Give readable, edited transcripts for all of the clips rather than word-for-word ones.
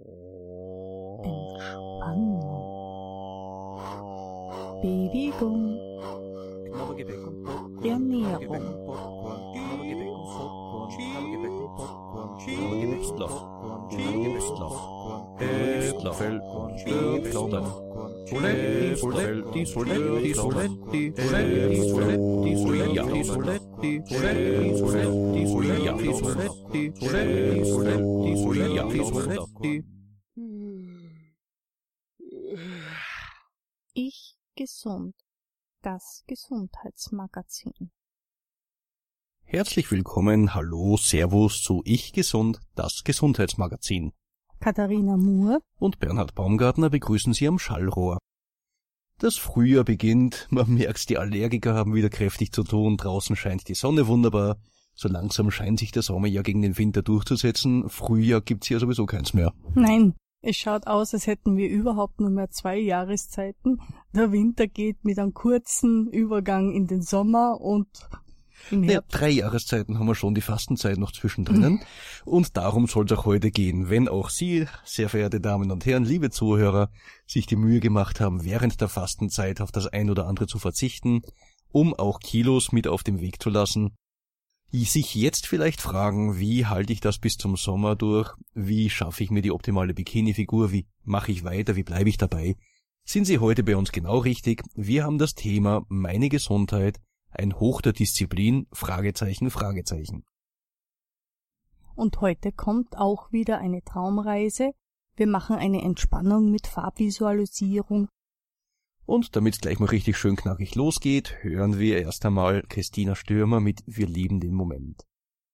Entspannung, Bewegung, Ernährung, Ich gesund, das Gesundheitsmagazin. Herzlich willkommen, hallo, servus zu Ich gesund, das Gesundheitsmagazin. Katharina Moore Und Bernhard Baumgartner begrüßen Sie am Schallrohr. Das Frühjahr beginnt, man merkt's, die Allergiker haben wieder kräftig zu tun, draußen scheint die Sonne wunderbar, so langsam scheint sich der Sommer ja gegen den Winter durchzusetzen, Frühjahr gibt's ja sowieso keins mehr. Nein, es schaut aus, als hätten wir überhaupt nur mehr 2 Jahreszeiten. Der Winter geht mit einem kurzen Übergang in den Sommer und im Herbst. 3 Jahreszeiten haben wir schon, die Fastenzeit noch zwischendrin. Und darum soll es auch heute gehen, wenn auch Sie, sehr verehrte Damen und Herren, liebe Zuhörer, sich die Mühe gemacht haben, während der Fastenzeit auf das ein oder andere zu verzichten, um auch Kilos mit auf dem Weg zu lassen. Sich jetzt vielleicht fragen, wie halte ich das bis zum Sommer durch, wie schaffe ich mir die optimale Bikini-Figur, wie mache ich weiter, wie bleibe ich dabei, sind Sie heute bei uns genau richtig. Wir haben das Thema Meine Gesundheit, ein Hoch der Disziplin, Fragezeichen, Fragezeichen. Und heute kommt auch wieder eine Traumreise. Wir machen eine Entspannung mit Farbvisualisierung. Und damit es gleich mal richtig schön knackig losgeht, hören wir erst einmal Christina Stürmer mit Wir lieben den Moment.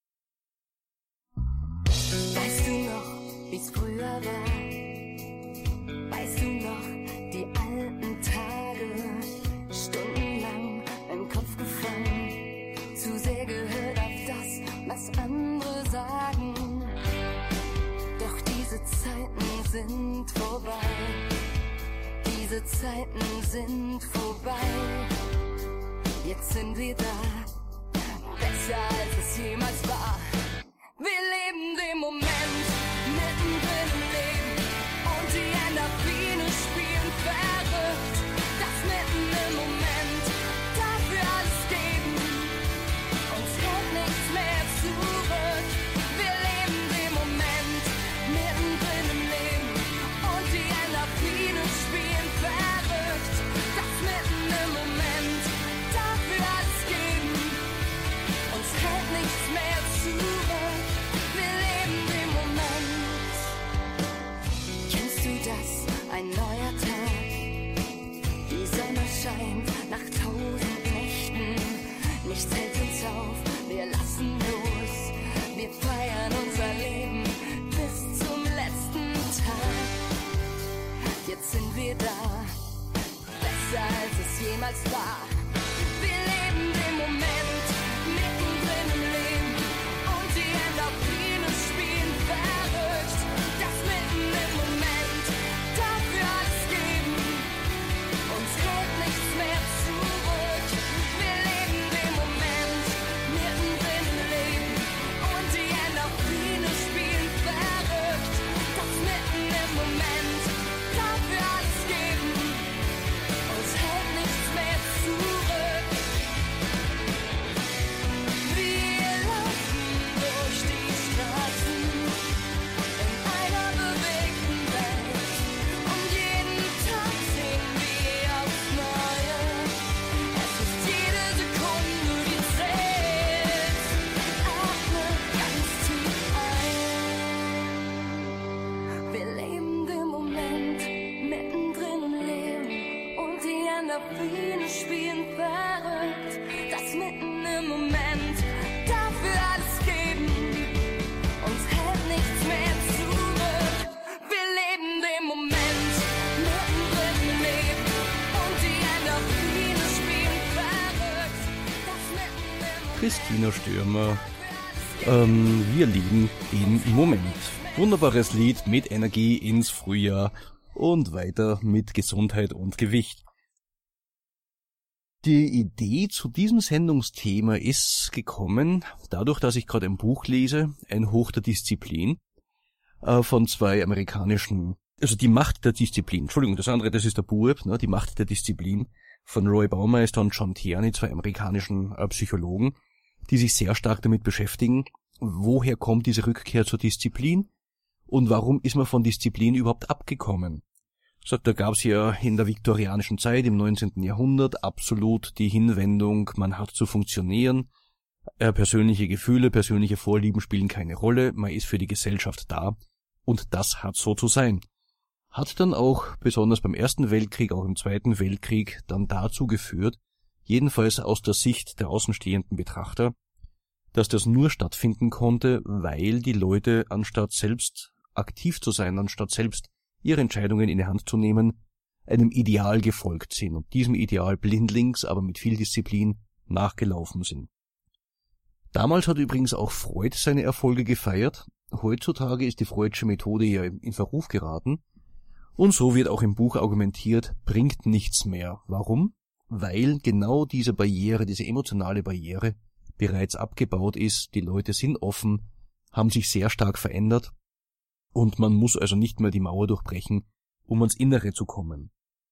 Weißt du noch, wie's früher war? Weißt du noch, die alten Tage? Stundenlang im Kopf gefangen, zu sehr gehört auf das, was andere sagen. Doch diese Zeiten sind vorbei. Diese Zeiten sind vorbei, jetzt sind wir da, besser als es jemals war. Wir leben den Moment, mittendrin im Leben, und die Endorphine spielen verrückt. Das mitten im Moment, dafür alles geben, uns hält nichts mehr zurück. Wir leben den Moment, mittendrin im Leben, und die Endorphine spielen verrückt, das mitten im Moment, dafür alles geben, uns hält nichts mehr zurück, wir leben den Moment. Kennst du das, ein neuer Tag, die Sonne scheint nach 1000 Nächten, nichts hält uns auf, wir lassen los, wir feiern unser Leben bis zum letzten Tag. Jetzt sind wir da, besser als es jemals war. Wir leben den Moment, mittendrin im Leben, und die Endorphine spielen verrückt. Das mitten im Moment, dafür alles geben, uns hält nichts mehr zurück. Wir leben den Moment, mittendrin im Leben, und die Endorphine spielen verrückt. Das mitten im Moment, dafür alles geben, uns hält nichts mehr zurück. Wir laufen durch die Straßen in einer bewegten Welt, und jeden Tag sehen wir aufs Neue. Es ist jede Sekunde, die zählt. Atme ganz tief ein. Wir leben den Moment, mittendrin im Leben, und die Endorphine spielen verrückt. Das mitten im Moment, dafür alles geben, uns hält nichts mehr zurück. Wir leben den Moment, mittendrin im Leben, und die Endorphine spielen verrückt. Das mitten im Moment. Christina Stürmer, Wir lieben den Moment. Wunderbares Lied mit Energie ins Frühjahr und weiter mit Gesundheit und Gewicht. Die Idee zu diesem Sendungsthema ist gekommen, dadurch, dass ich gerade ein Buch lese, ein Hoch der Disziplin. von zwei amerikanischen, also die Macht der Disziplin. Entschuldigung, das andere, das ist der Burb, ne, die Macht der Disziplin von Roy Baumeister und John Tierney, zwei amerikanischen Psychologen, die sich sehr stark damit beschäftigen, woher kommt diese Rückkehr zur Disziplin und warum ist man von Disziplin überhaupt abgekommen. So, da gab es ja in der viktorianischen Zeit, im 19. Jahrhundert, absolut die Hinwendung, man hat zu funktionieren, persönliche Gefühle, persönliche Vorlieben spielen keine Rolle, man ist für die Gesellschaft da und das hat so zu sein. Hat dann auch, besonders beim Ersten Weltkrieg, auch im Zweiten Weltkrieg, dann dazu geführt, jedenfalls aus der Sicht der außenstehenden Betrachter, dass das nur stattfinden konnte, weil die Leute, anstatt selbst aktiv zu sein, anstatt selbst ihre Entscheidungen in die Hand zu nehmen, einem Ideal gefolgt sind und diesem Ideal blindlings, aber mit viel Disziplin nachgelaufen sind. Damals hat übrigens auch Freud seine Erfolge gefeiert. Heutzutage ist die Freudsche Methode ja in Verruf geraten. Und so wird auch im Buch argumentiert, bringt nichts mehr. Warum? Weil genau diese Barriere, diese emotionale Barriere bereits abgebaut ist. Die Leute sind offen, haben sich sehr stark verändert und man muss also nicht mehr die Mauer durchbrechen, um ans Innere zu kommen.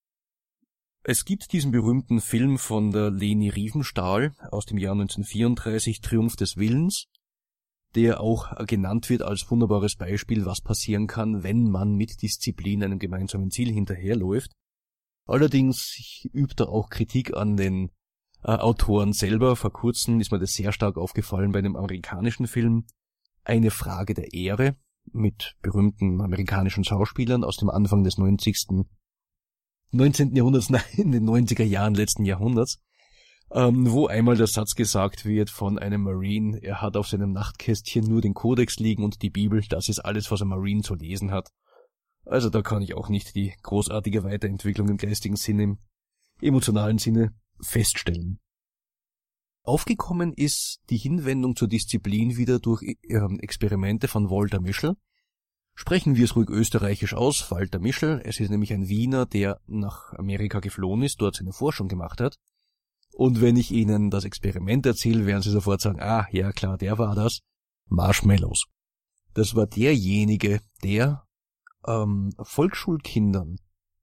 Es gibt diesen berühmten Film von der Leni Riefenstahl aus dem Jahr 1934, Triumph des Willens, der auch genannt wird als wunderbares Beispiel, was passieren kann, wenn man mit Disziplin einem gemeinsamen Ziel hinterherläuft. Allerdings übt er auch Kritik an den Autoren selber. Vor kurzem ist mir das sehr stark aufgefallen bei einem amerikanischen Film, Eine Frage der Ehre, mit berühmten amerikanischen Schauspielern aus dem Anfang des 19. Jahrhunderts, nein, in den 90er Jahren letzten Jahrhunderts, wo einmal der Satz gesagt wird von einem Marine, er hat auf seinem Nachtkästchen nur den Kodex liegen und die Bibel, das ist alles, was ein Marine zu lesen hat. Also da kann ich auch nicht die großartige Weiterentwicklung im geistigen Sinne, im emotionalen Sinne feststellen. Aufgekommen ist die Hinwendung zur Disziplin wieder durch Experimente von Walter Mischel. Sprechen wir es ruhig österreichisch aus, Walter Mischel. Es ist nämlich ein Wiener, der nach Amerika geflohen ist, dort seine Forschung gemacht hat. Und wenn ich Ihnen das Experiment erzähle, werden Sie sofort sagen, ah, ja klar, der war das. Marshmallows. Das war derjenige, der Volksschulkindern,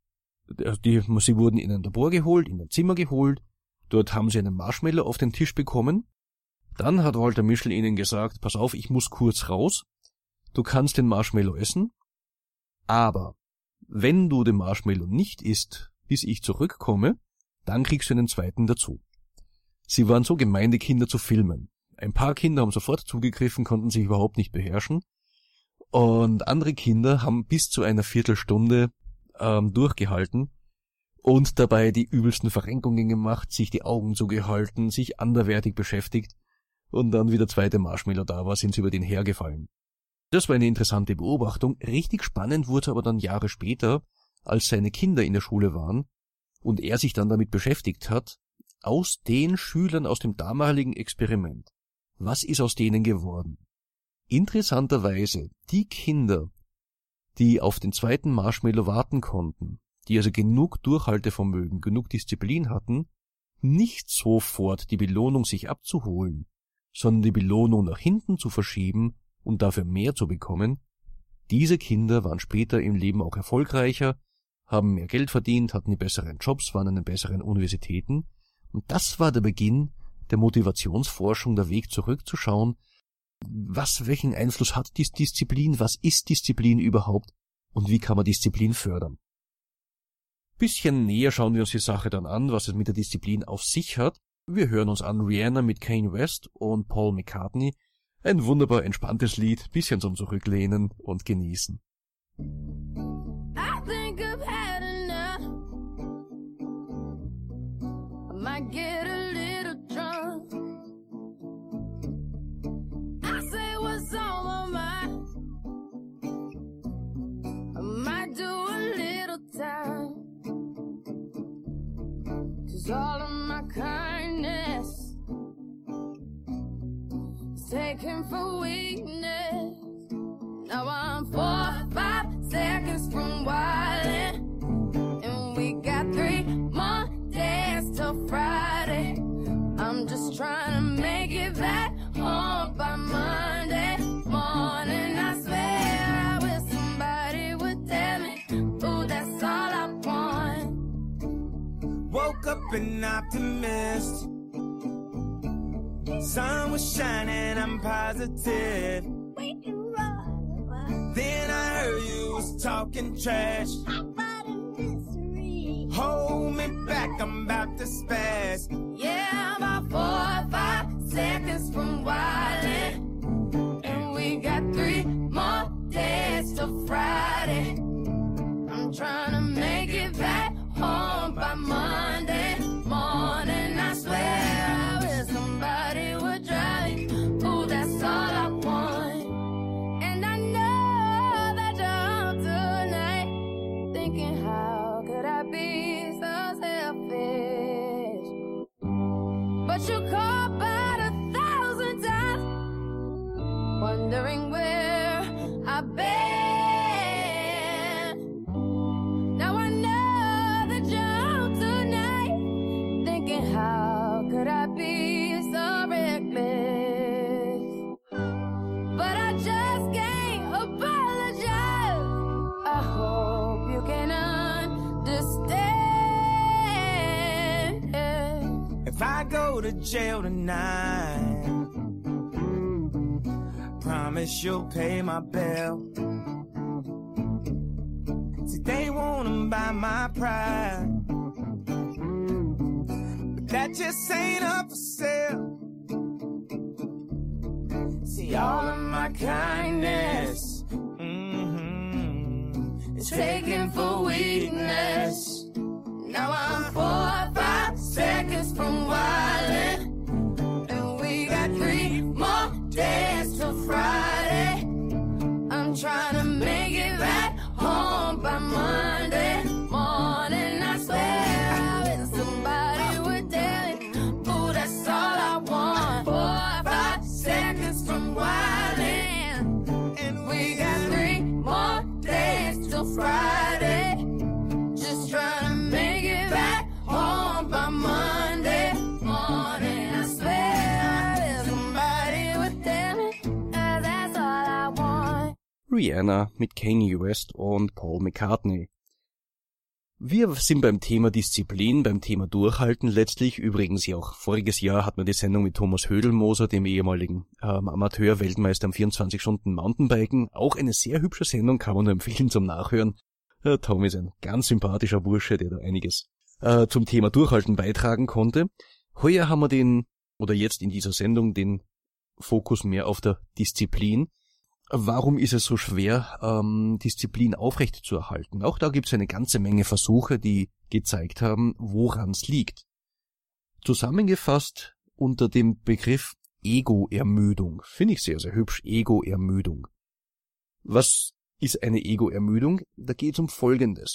sie wurden in ein Labor geholt, in ein Zimmer geholt, dort haben sie einen Marshmallow auf den Tisch bekommen. Dann hat Walter Mischel ihnen gesagt, pass auf, ich muss kurz raus, du kannst den Marshmallow essen, aber wenn du den Marshmallow nicht isst, bis ich zurückkomme, dann kriegst du einen zweiten dazu. Sie waren so gemein, die Kinder zu filmen. Ein paar Kinder haben sofort zugegriffen, konnten sich überhaupt nicht beherrschen. Und andere Kinder haben bis zu einer Viertelstunde durchgehalten und dabei die übelsten Verrenkungen gemacht, sich die Augen zugehalten, sich anderweitig beschäftigt und dann, wie der zweite Marshmallow da war, sind sie über den hergefallen. Das war eine interessante Beobachtung. Richtig spannend wurde aber dann Jahre später, als seine Kinder in der Schule waren und er sich dann damit beschäftigt hat, aus den Schülern aus dem damaligen Experiment. Was ist aus denen geworden? Interessanterweise, die Kinder, die auf den zweiten Marshmallow warten konnten, die also genug Durchhaltevermögen, genug Disziplin hatten, nicht sofort die Belohnung sich abzuholen, sondern die Belohnung nach hinten zu verschieben und dafür mehr zu bekommen, diese Kinder waren später im Leben auch erfolgreicher, haben mehr Geld verdient, hatten die besseren Jobs, waren an den besseren Universitäten. Und das war der Beginn der Motivationsforschung, der Weg zurückzuschauen, welchen Einfluss hat die Disziplin, was ist Disziplin überhaupt und wie kann man Disziplin fördern. Bisschen näher schauen wir uns die Sache dann an, was es mit der Disziplin auf sich hat. Wir hören uns an Rihanna mit Kanye West und Paul McCartney. Ein wunderbar entspanntes Lied, bisschen zum Zurücklehnen und Genießen. I think I've had enough. I might get a little drunk. I say what's on my mind. I might do a little time. 'Cause all of my kindness is taken for weakness. Now I'm 4, 5 seconds from wildin', and we got 3 more days till Friday. I'm just trying to make it back home by Monday morning. I swear I will an optimist. Sun was shining, I'm positive. Then I heard you was talking trash. Hold me back, I'm about to spaz. Yeah, I'm about 4 or 5 seconds from wildin'. And we got 3 more days till Friday. I'm trying to make it back home by Monday morning. I swear I wish somebody would drive me. Ooh, that's all I want. And I know that you're home tonight, thinking how could I be so selfish? But you call about 1,000 times, wondering where I've been. Now I know that you're home tonight, thinking how could I be so reckless? But I just can't apologize. I hope you can understand. If I go to jail tonight, promise you'll pay my bill. See, they wanna buy my pride, but that just ain't up for sale. See, all of my kindness is taken for weakness. Now I'm 4 or 5 seconds from wildin', and we got 3 more days till Friday. I'm trying to make it back home by Monday morning. I swear I wish somebody would tell me, ooh, that's all I want. 4 or 5 seconds from wildin', and we got 3 more days till Friday. Just trying to make it back home by Monday morning. I swear I wish somebody would tell me, that's all I want. Rihanna mit Kanye West und Paul McCartney. Wir sind beim Thema Disziplin, beim Thema Durchhalten letztlich. Übrigens ja auch voriges Jahr hatten wir die Sendung mit Thomas Hödelmoser, dem ehemaligen Amateur-Weltmeister am 24-Stunden-Mountainbiken. Auch eine sehr hübsche Sendung, kann man nur empfehlen zum Nachhören. Tom ist ein ganz sympathischer Bursche, der da einiges zum Thema Durchhalten beitragen konnte. Heuer haben wir jetzt in dieser Sendung den Fokus mehr auf der Disziplin. Warum ist es so schwer, Disziplin aufrechtzuerhalten? Auch da gibt es eine ganze Menge Versuche, die gezeigt haben, woran es liegt. Zusammengefasst unter dem Begriff Ego-Ermüdung. Finde ich sehr, sehr hübsch, Ego-Ermüdung. Was ist eine Ego-Ermüdung? Da geht es um Folgendes.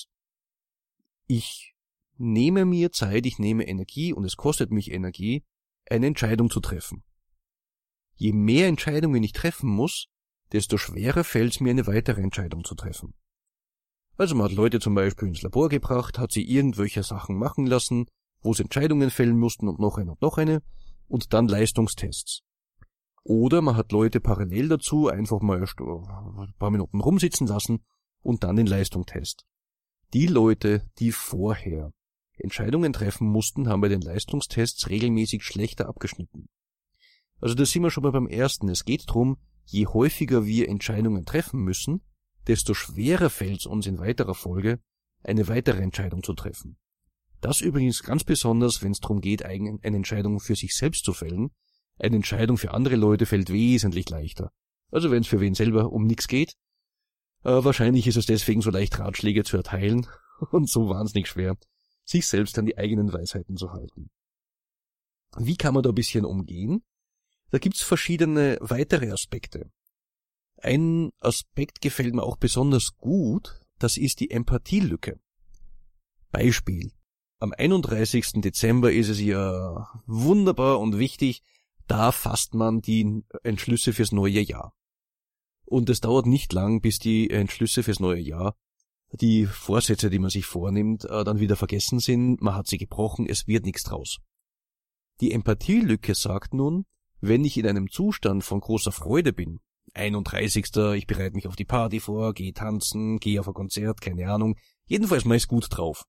Ich nehme mir Zeit, ich nehme Energie und es kostet mich Energie, eine Entscheidung zu treffen. Je mehr Entscheidungen ich treffen muss, desto schwerer fällt es mir, eine weitere Entscheidung zu treffen. Also man hat Leute zum Beispiel ins Labor gebracht, hat sie irgendwelche Sachen machen lassen, wo sie Entscheidungen fällen mussten und noch eine und dann Leistungstests. Oder man hat Leute parallel dazu einfach mal ein paar Minuten rumsitzen lassen und dann den Leistungstest. Die Leute, die vorher Entscheidungen treffen mussten, haben bei den Leistungstests regelmäßig schlechter abgeschnitten. Also da sind wir schon mal beim ersten. Es geht darum, je häufiger wir Entscheidungen treffen müssen, desto schwerer fällt es uns in weiterer Folge, eine weitere Entscheidung zu treffen. Das übrigens ganz besonders, wenn es darum geht, eine Entscheidung für sich selbst zu fällen. Eine Entscheidung für andere Leute fällt wesentlich leichter. Also wenn es für wen selber um nichts geht. Wahrscheinlich ist es deswegen so leicht, Ratschläge zu erteilen und so wahnsinnig schwer, sich selbst an die eigenen Weisheiten zu halten. Wie kann man da ein bisschen umgehen? Da gibt's verschiedene weitere Aspekte. Ein Aspekt gefällt mir auch besonders gut, das ist die Empathielücke. Beispiel. Am 31. Dezember ist es ja wunderbar und wichtig, da fasst man die Entschlüsse fürs neue Jahr. Und es dauert nicht lang, bis die Entschlüsse fürs neue Jahr, die Vorsätze, die man sich vornimmt, dann wieder vergessen sind, man hat sie gebrochen, es wird nichts draus. Die Empathielücke sagt nun, wenn ich in einem Zustand von großer Freude bin, 31. ich bereite mich auf die Party vor, gehe tanzen, gehe auf ein Konzert, keine Ahnung, jedenfalls mal ist gut drauf,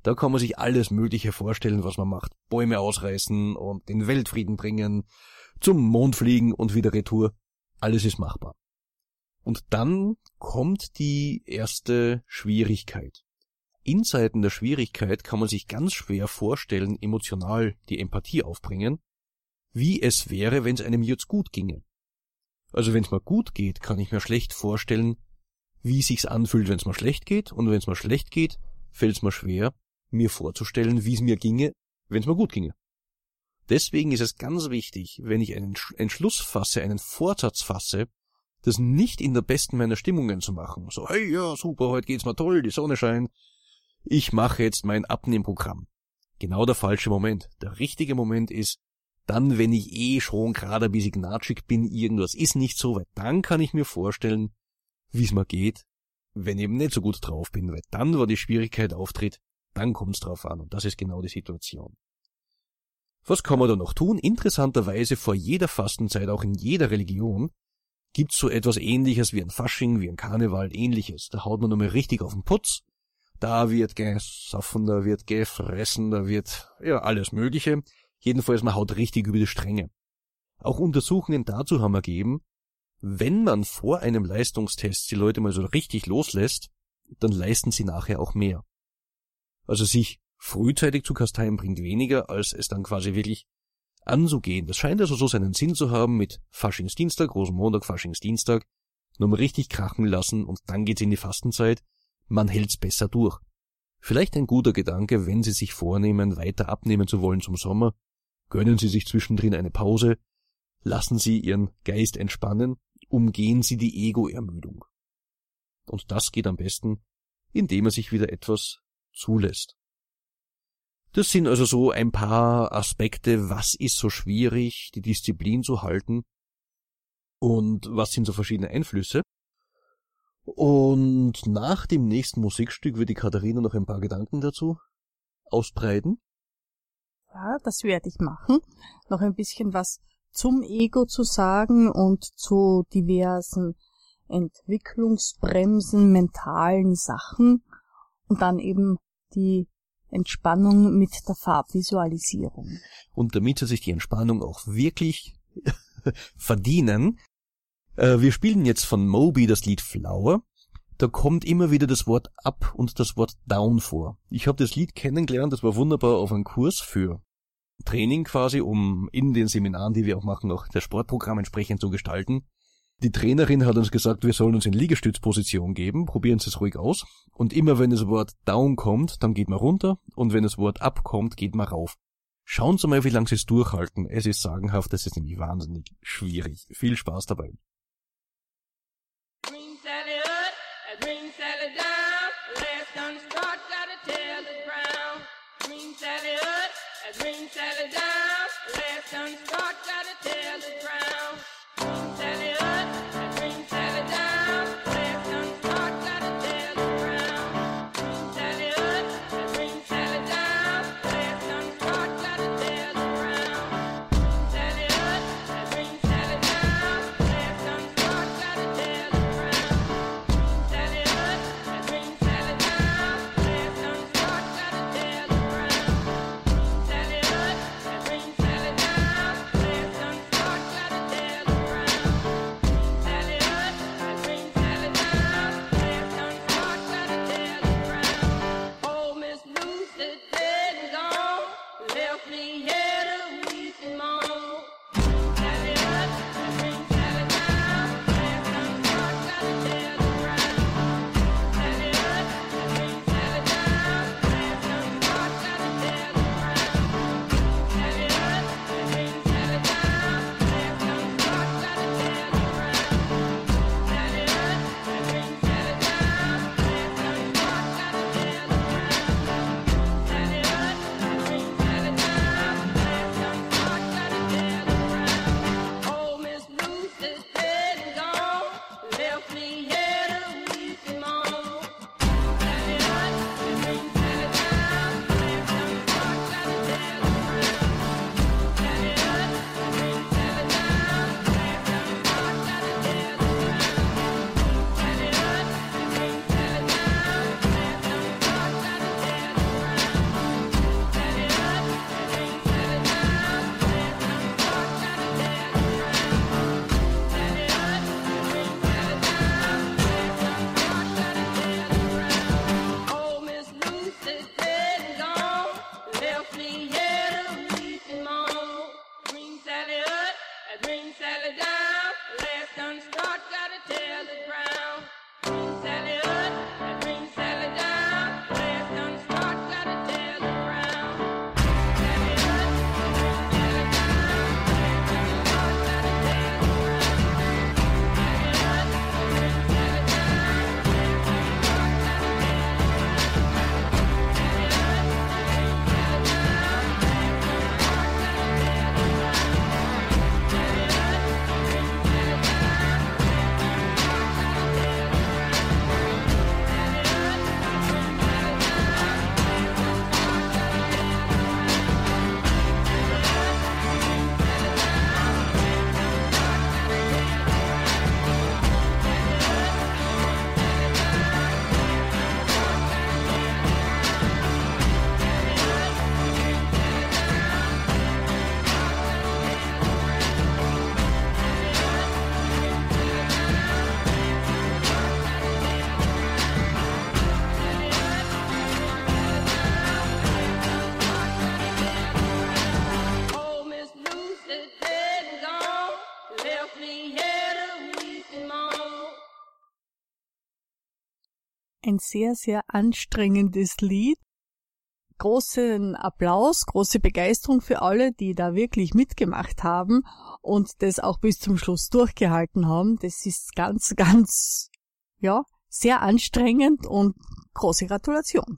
Da kann man sich alles Mögliche vorstellen, was man macht. Bäume ausreißen und den Weltfrieden bringen, zum Mond fliegen und wieder retour. Alles ist machbar. Und dann kommt die erste Schwierigkeit. In Zeiten der Schwierigkeit kann man sich ganz schwer vorstellen, emotional die Empathie aufbringen, wie es wäre, wenn es einem jetzt gut ginge. Also wenn es mir gut geht, kann ich mir schlecht vorstellen, wie es sich anfühlt, wenn es mir schlecht geht. Und wenn es mir schlecht geht, fällt es mir schwer, mir vorzustellen, wie es mir ginge, wenn es mir gut ginge. Deswegen ist es ganz wichtig, wenn ich einen Entschluss fasse, einen Vorsatz fasse, das nicht in der besten meiner Stimmungen zu machen. So, hey, ja, super, heute geht's mir toll, die Sonne scheint. Ich mache jetzt mein Abnehmprogramm. Genau der falsche Moment. Der richtige Moment ist, dann, wenn ich schon gerade ein bisschen gnatschig bin, irgendwas ist nicht so, weil dann kann ich mir vorstellen, wie es mir geht, wenn ich eben nicht so gut drauf bin, weil dann, wo die Schwierigkeit auftritt, dann kommt's drauf an und das ist genau die Situation. Was kann man da noch tun? Interessanterweise vor jeder Fastenzeit, auch in jeder Religion, gibt's so etwas Ähnliches wie ein Fasching, wie ein Karneval, Ähnliches. Da haut man nochmal richtig auf den Putz. Da wird gesoffen, da wird gefressen, da wird ja alles Mögliche. Jedenfalls, man haut richtig über die Stränge. Auch Untersuchungen dazu haben ergeben, wenn man vor einem Leistungstest die Leute mal so richtig loslässt, dann leisten sie nachher auch mehr. Also sich frühzeitig zu kasteien bringt weniger, als es dann quasi wirklich anzugehen. Das scheint also so seinen Sinn zu haben mit Faschingsdienstag, Rosenmontag, Faschingsdienstag, nur mal richtig krachen lassen und dann geht's in die Fastenzeit. Man hält's besser durch. Vielleicht ein guter Gedanke, wenn Sie sich vornehmen, weiter abnehmen zu wollen zum Sommer. Gönnen Sie sich zwischendrin eine Pause, lassen Sie Ihren Geist entspannen, umgehen Sie die Ego-Ermüdung. Und das geht am besten, indem er sich wieder etwas zulässt. Das sind also so ein paar Aspekte, was ist so schwierig, die Disziplin zu halten und was sind so verschiedene Einflüsse. Und nach dem nächsten Musikstück wird die Katharina noch ein paar Gedanken dazu ausbreiten. Ja, das werde ich machen. Noch ein bisschen was zum Ego zu sagen und zu diversen Entwicklungsbremsen, mentalen Sachen und dann eben die Entspannung mit der Farbvisualisierung. Und damit Sie sich die Entspannung auch wirklich verdienen, wir spielen jetzt von Moby das Lied Flower. Da kommt immer wieder das Wort Up und das Wort Down vor. Ich habe das Lied kennengelernt, das war wunderbar auf einem Kurs für Training quasi, um in den Seminaren, die wir auch machen, auch das Sportprogramm entsprechend zu gestalten. Die Trainerin hat uns gesagt, wir sollen uns in Liegestützposition geben, probieren Sie es ruhig aus. Und immer wenn das Wort Down kommt, dann geht man runter und wenn das Wort Up kommt, geht man rauf. Schauen Sie mal, wie lange Sie es durchhalten. Es ist sagenhaft, das ist nämlich wahnsinnig schwierig. Viel Spaß dabei. Green Sally up, a green Sally down. Last on the start, gotta tell the ground. Green Sally up, a green Sally down. Last on the start, gotta tell the ground. Green Sally up, a green Sally down. Last on the start, gotta tell the ground. Green Sally up, a green Sally down. Last on the start, gotta tell the ground. Green Sally up, a green Sally down. Last on the start, gotta tell the ground. Green Sally up, a green Sally down. Last on the start, gotta tell the ground. Green Sally up, a green Sally down. Last on the ein sehr, sehr anstrengendes Lied. Großen Applaus, große Begeisterung für alle, die da wirklich mitgemacht haben und das auch bis zum Schluss durchgehalten haben. Das ist ganz, ganz, sehr anstrengend und große Gratulation.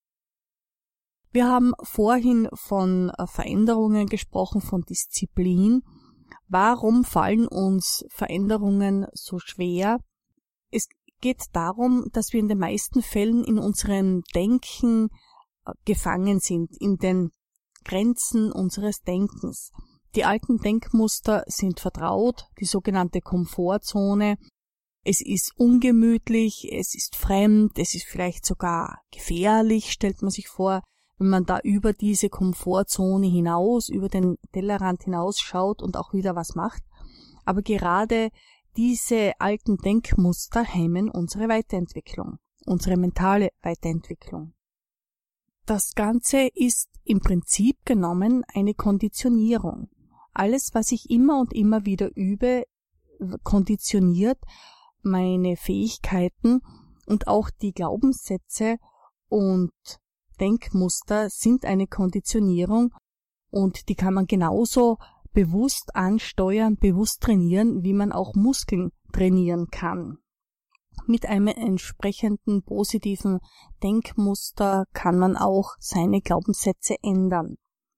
Wir haben vorhin von Veränderungen gesprochen, von Disziplin. Warum fallen uns Veränderungen so schwer? Es geht darum, dass wir in den meisten Fällen in unserem Denken gefangen sind, in den Grenzen unseres Denkens. Die alten Denkmuster sind vertraut, die sogenannte Komfortzone. Es ist ungemütlich, es ist fremd, es ist vielleicht sogar gefährlich, stellt man sich vor, wenn man da über diese Komfortzone hinaus, über den Tellerrand hinausschaut und auch wieder was macht. Aber gerade diese alten Denkmuster hemmen unsere Weiterentwicklung, unsere mentale Weiterentwicklung. Das Ganze ist im Prinzip genommen eine Konditionierung. Alles, was ich immer und immer wieder übe, konditioniert meine Fähigkeiten und auch die Glaubenssätze und Denkmuster sind eine Konditionierung und die kann man genauso bewusst ansteuern, bewusst trainieren, wie man auch Muskeln trainieren kann. Mit einem entsprechenden positiven Denkmuster kann man auch seine Glaubenssätze ändern.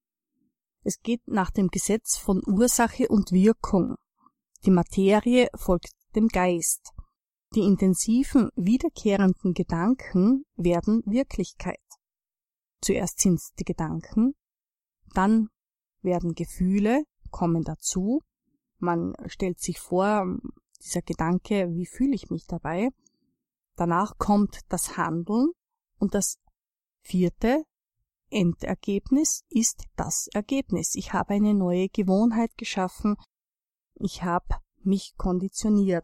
Es geht nach dem Gesetz von Ursache und Wirkung. Die Materie folgt dem Geist. Die intensiven, wiederkehrenden Gedanken werden Wirklichkeit. Zuerst sind es die Gedanken, dann werden Gefühle, kommen dazu. Man stellt sich vor, dieser Gedanke, wie fühle ich mich dabei? Danach kommt das Handeln und das 4. Endergebnis ist das Ergebnis. Ich habe eine neue Gewohnheit geschaffen. Ich habe mich konditioniert.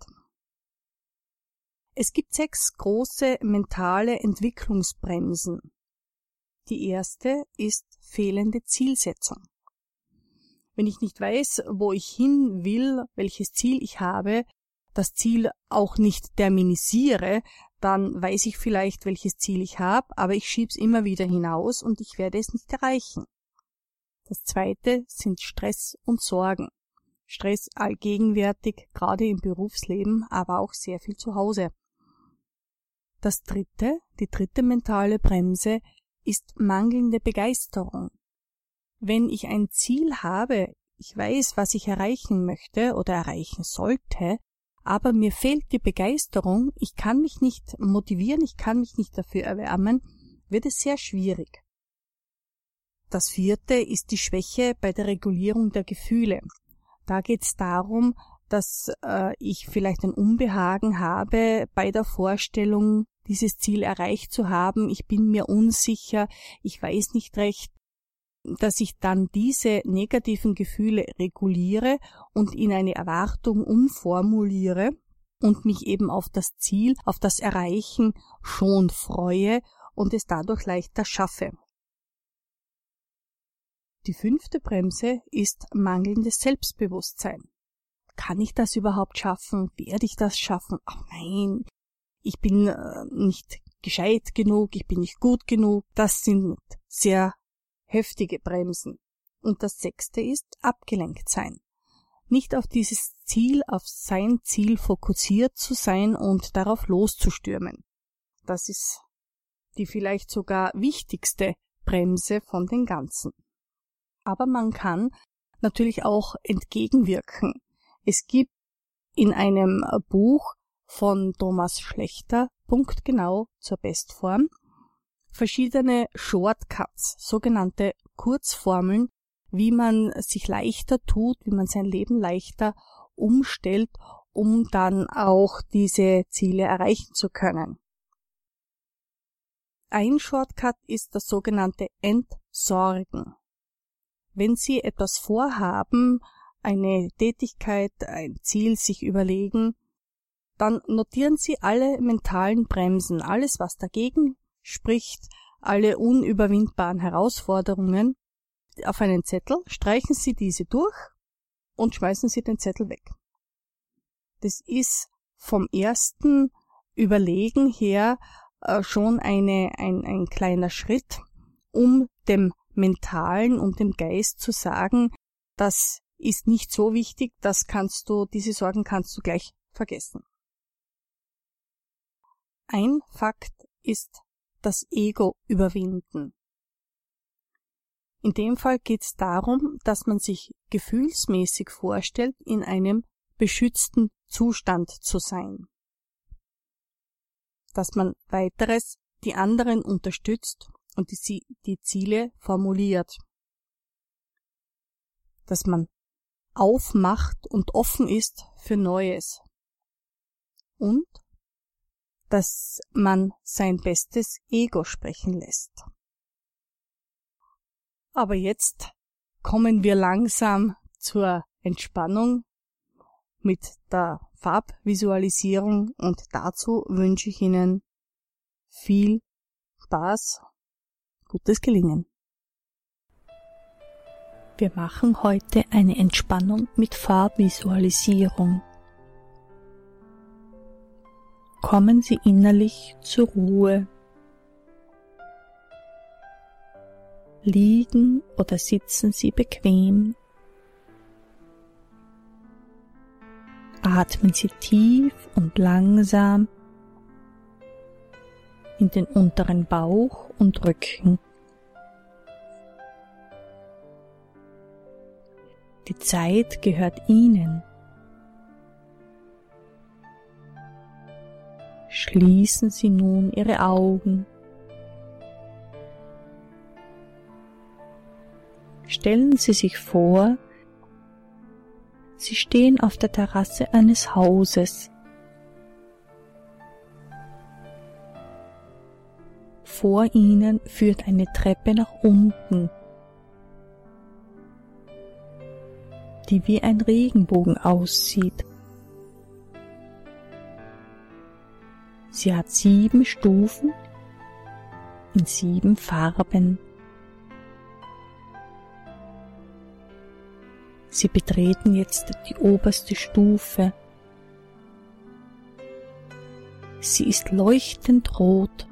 Es gibt 6 große mentale Entwicklungsbremsen. Die erste ist fehlende Zielsetzung. Wenn ich nicht weiß, wo ich hin will, welches Ziel ich habe, das Ziel auch nicht terminisiere, dann weiß ich vielleicht, welches Ziel ich habe, aber ich schiebe es immer wieder hinaus und ich werde es nicht erreichen. Das zweite sind Stress und Sorgen. Stress allgegenwärtig, gerade im Berufsleben, aber auch sehr viel zu Hause. Das dritte, die dritte mentale Bremse, ist mangelnde Begeisterung. Wenn ich ein Ziel habe, ich weiß, was ich erreichen möchte oder erreichen sollte, aber mir fehlt die Begeisterung, ich kann mich nicht motivieren, ich kann mich nicht dafür erwärmen, wird es sehr schwierig. Das 4. ist die Schwäche bei der Regulierung der Gefühle. Da geht es darum, dass ich vielleicht ein Unbehagen habe bei der Vorstellung, dieses Ziel erreicht zu haben. Ich bin mir unsicher, ich weiß nicht recht, dass ich dann diese negativen Gefühle reguliere und in eine Erwartung umformuliere und mich eben auf das Ziel, auf das Erreichen schon freue und es dadurch leichter schaffe. Die 5. Bremse ist mangelndes Selbstbewusstsein. Kann ich das überhaupt schaffen? Werde ich das schaffen? Ach nein, ich bin nicht gescheit genug, ich bin nicht gut genug. Das sind sehr heftige Bremsen. Und das 6. ist abgelenkt sein. Nicht auf dieses Ziel, auf sein Ziel fokussiert zu sein und darauf loszustürmen. Das ist die vielleicht sogar wichtigste Bremse von den Ganzen. Aber man kann natürlich auch entgegenwirken. Es gibt in einem Buch von Thomas Schlechter, punktgenau zur Bestform, verschiedene Shortcuts, sogenannte Kurzformeln, wie man sich leichter tut, wie man sein Leben leichter umstellt, um dann auch diese Ziele erreichen zu können. Ein Shortcut ist das sogenannte Entsorgen. Wenn Sie etwas vorhaben, eine Tätigkeit, ein Ziel sich überlegen, dann notieren Sie alle mentalen Bremsen, alles was dagegen spricht, alle unüberwindbaren Herausforderungen auf einen Zettel, streichen Sie diese durch und schmeißen Sie den Zettel weg. Das ist vom ersten Überlegen her schon ein kleiner Schritt, um dem Mentalen, um dem Geist zu sagen, das ist nicht so wichtig, diese Sorgen kannst du gleich vergessen. Ein Fakt ist das Ego überwinden. In dem Fall geht es darum, dass man sich gefühlsmäßig vorstellt, in einem beschützten Zustand zu sein. Dass man weiteres die anderen unterstützt und die Ziele formuliert. Dass man aufmacht und offen ist für Neues. Und dass man sein bestes Ego sprechen lässt. Aber jetzt kommen wir langsam zur Entspannung mit der Farbvisualisierung und dazu wünsche ich Ihnen viel Spaß, gutes Gelingen. Wir machen heute eine Entspannung mit Farbvisualisierung. Kommen Sie innerlich zur Ruhe. Liegen oder sitzen Sie bequem. Atmen Sie tief und langsam in den unteren Bauch und Rücken. Die Zeit gehört Ihnen. Schließen Sie nun Ihre Augen. Stellen Sie sich vor, Sie stehen auf der Terrasse eines Hauses. Vor Ihnen führt eine Treppe nach unten, die wie ein Regenbogen aussieht. Sie hat 7 Stufen in 7 Farben. Sie betreten jetzt die oberste Stufe. Sie ist leuchtend rot.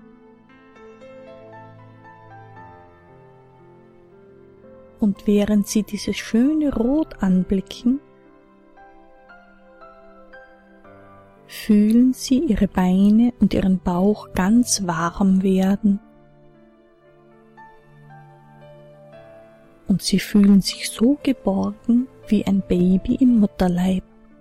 Und während Sie dieses schöne Rot anblicken, fühlen Sie Ihre Beine und Ihren Bauch ganz warm werden. Und Sie fühlen sich so geborgen wie ein Baby im Mutterleib.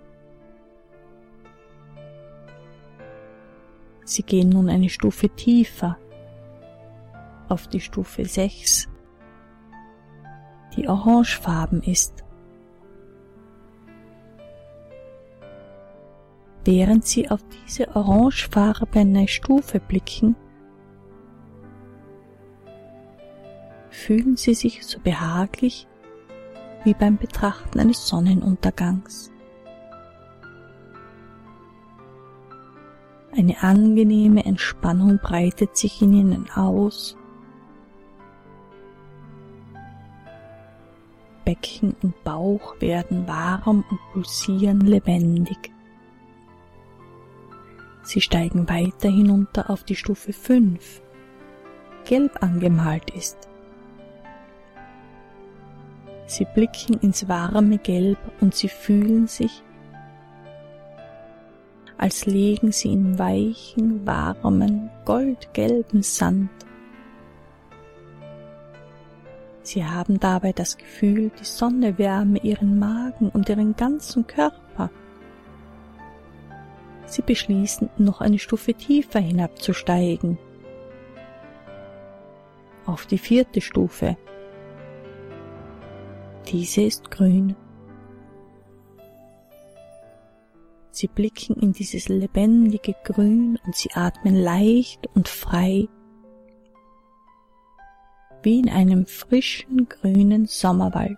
Sie gehen nun eine Stufe tiefer, auf die Stufe 6, die orangefarben ist. Während Sie auf diese orangefarbene Stufe blicken, fühlen Sie sich so behaglich wie beim Betrachten eines Sonnenuntergangs. Eine angenehme Entspannung breitet sich in Ihnen aus. Becken und Bauch werden warm und pulsieren lebendig. Sie steigen weiter hinunter auf die Stufe 5, gelb angemalt ist. Sie blicken ins warme Gelb und Sie fühlen sich, als lägen Sie in weichen, warmen, goldgelben Sand. Sie haben dabei das Gefühl, die Sonne wärme Ihren Magen und Ihren ganzen Körper. Sie beschließen, noch eine Stufe tiefer hinabzusteigen, auf die 4. Stufe. Diese ist grün. Sie blicken in dieses lebendige Grün und Sie atmen leicht und frei, wie in einem frischen grünen Sommerwald.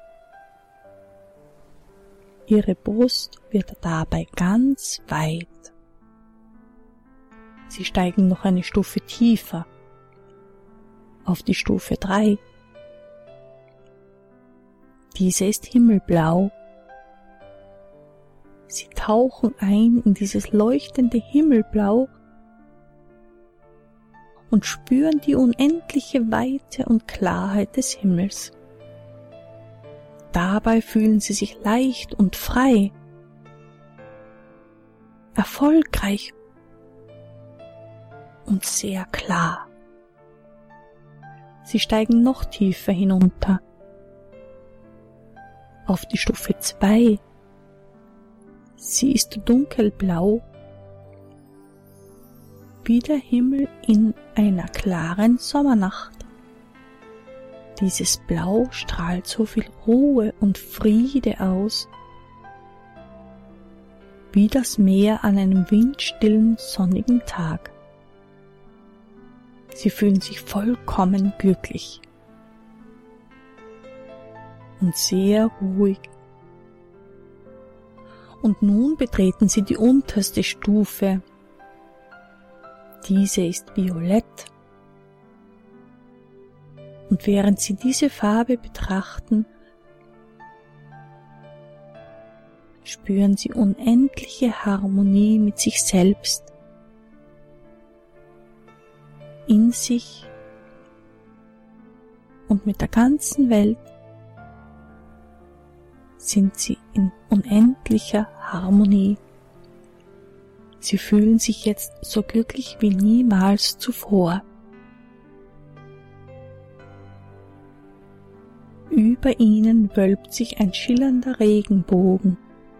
Ihre Brust wird dabei ganz weit. Sie steigen noch eine Stufe tiefer, auf die Stufe 3. Diese ist himmelblau. Sie tauchen ein in dieses leuchtende Himmelblau und spüren die unendliche Weite und Klarheit des Himmels. Dabei fühlen sie sich leicht und frei, erfolgreich und sehr klar. Sie steigen noch tiefer hinunter, auf die Stufe 2. Sie ist dunkelblau, wie der Himmel in einer klaren Sommernacht. Dieses Blau strahlt so viel Ruhe und Friede aus, wie das Meer an einem windstillen, sonnigen Tag. Sie fühlen sich vollkommen glücklich und sehr ruhig. Und nun betreten Sie die unterste Stufe. Diese ist violett. Und während Sie diese Farbe betrachten, spüren Sie unendliche Harmonie mit sich selbst, in sich und mit der ganzen Welt. Sind Sie in unendlicher Harmonie. Sie fühlen sich jetzt so glücklich wie niemals zuvor. Über ihnen wölbt sich ein schillernder Regenbogen.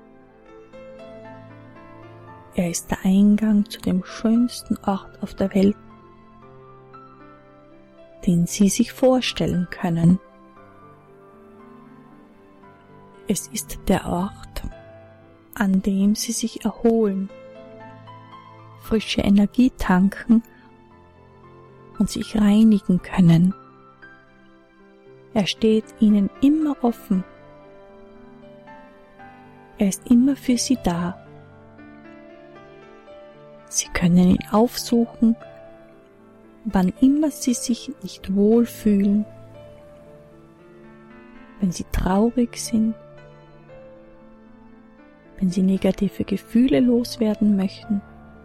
Er ist der Eingang zu dem schönsten Ort auf der Welt, den Sie sich vorstellen können. Es ist der Ort, an dem Sie sich erholen, frische Energie tanken und sich reinigen können. Er steht Ihnen immer offen. Er ist immer für Sie da. Sie können ihn aufsuchen, wann immer Sie sich nicht wohlfühlen, wenn Sie traurig sind, wenn Sie negative Gefühle loswerden möchten,